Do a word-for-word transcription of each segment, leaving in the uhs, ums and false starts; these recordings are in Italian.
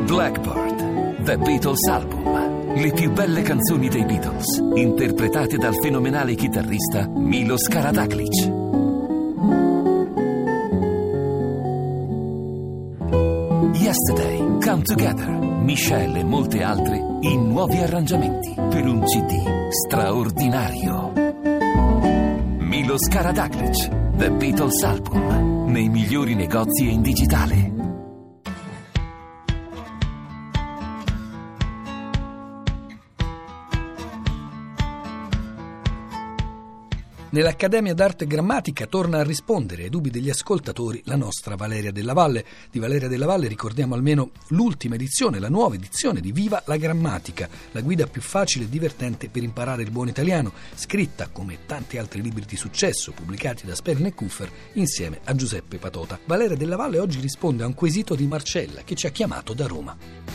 Blackbird, The Beatles Album. Le più belle canzoni dei Beatles, interpretate dal fenomenale chitarrista Milos Karađagić. Yesterday, Come Together, Michelle e molte altre in nuovi arrangiamenti per un C D straordinario. Milos Karađagić, The Beatles Album, nei migliori negozi e in digitale. Nell'Accademia d'Arte e Grammatica torna a rispondere ai dubbi degli ascoltatori la nostra Valeria Della Valle. Di Valeria Della Valle ricordiamo almeno l'ultima edizione, la nuova edizione di Viva la Grammatica, la guida più facile e divertente per imparare il buon italiano, scritta come tanti altri libri di successo pubblicati da Sperling e Kupfer insieme a Giuseppe Patota. Valeria Della Valle oggi risponde a un quesito di Marcella che ci ha chiamato da Roma.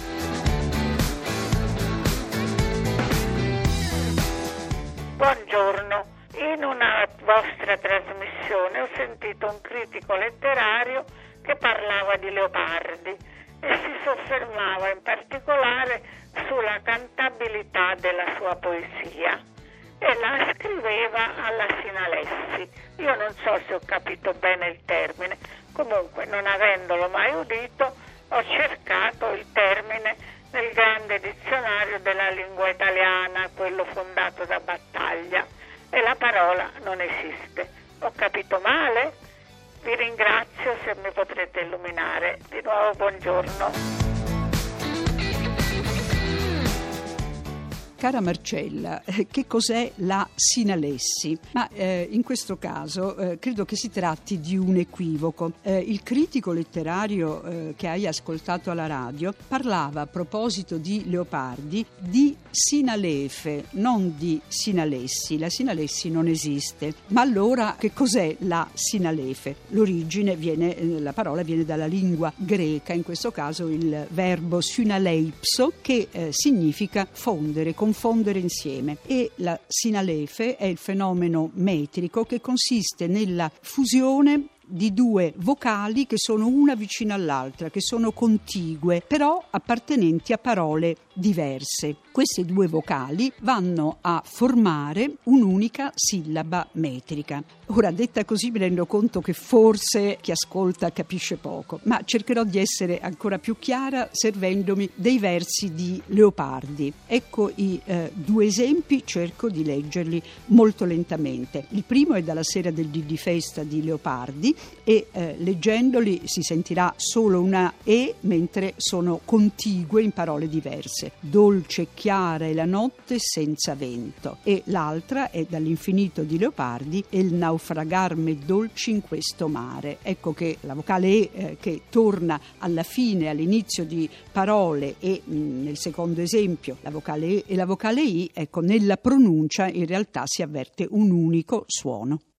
Buongiorno. In una vostra trasmissione ho sentito un critico letterario che parlava di Leopardi e si soffermava in particolare sulla cantabilità della sua poesia e la ascriveva alla Sinalessi. Io non so se ho capito bene il termine, comunque non avendolo mai udito ho cercato il termine nel grande dizionario della lingua italiana, quello fondato da Battaglia. E la parola non esiste. Ho capito male? Vi ringrazio se mi potrete illuminare. Di nuovo buongiorno. Cara Marcella, che cos'è la Sinalessi? Ma eh, in questo caso eh, credo che si tratti di un equivoco. Eh, il critico letterario eh, che hai ascoltato alla radio parlava a proposito di Leopardi di Sinalefe, non di Sinalessi. La Sinalessi non esiste. Ma allora che cos'è la Sinalefe? L'origine viene, la parola viene dalla lingua greca, in questo caso il verbo synaleipso, che eh, significa fondere, confondere insieme, e la sinalefe è il fenomeno metrico che consiste nella fusione di due vocali che sono una vicina all'altra, che sono contigue, però appartenenti a parole diverse. Queste due vocali vanno a formare un'unica sillaba metrica. Ora, detta così, mi rendo conto che forse chi ascolta capisce poco, ma cercherò di essere ancora più chiara servendomi dei versi di Leopardi. Ecco i eh, due esempi, cerco di leggerli molto lentamente. Il primo è dalla Sera del dì di festa di Leopardi e eh, leggendoli si sentirà solo una E mentre sono contigue in parole diverse. Dolce e chiara è la notte senza vento. E l'altra è dall'Infinito di Leopardi e il naufragar m'è dolci in questo mare. Ecco che la vocale E eh, che torna alla fine, all'inizio di parole e mh, nel secondo esempio la vocale E e la vocale I, ecco, nella pronuncia in realtà si avverte un unico suono.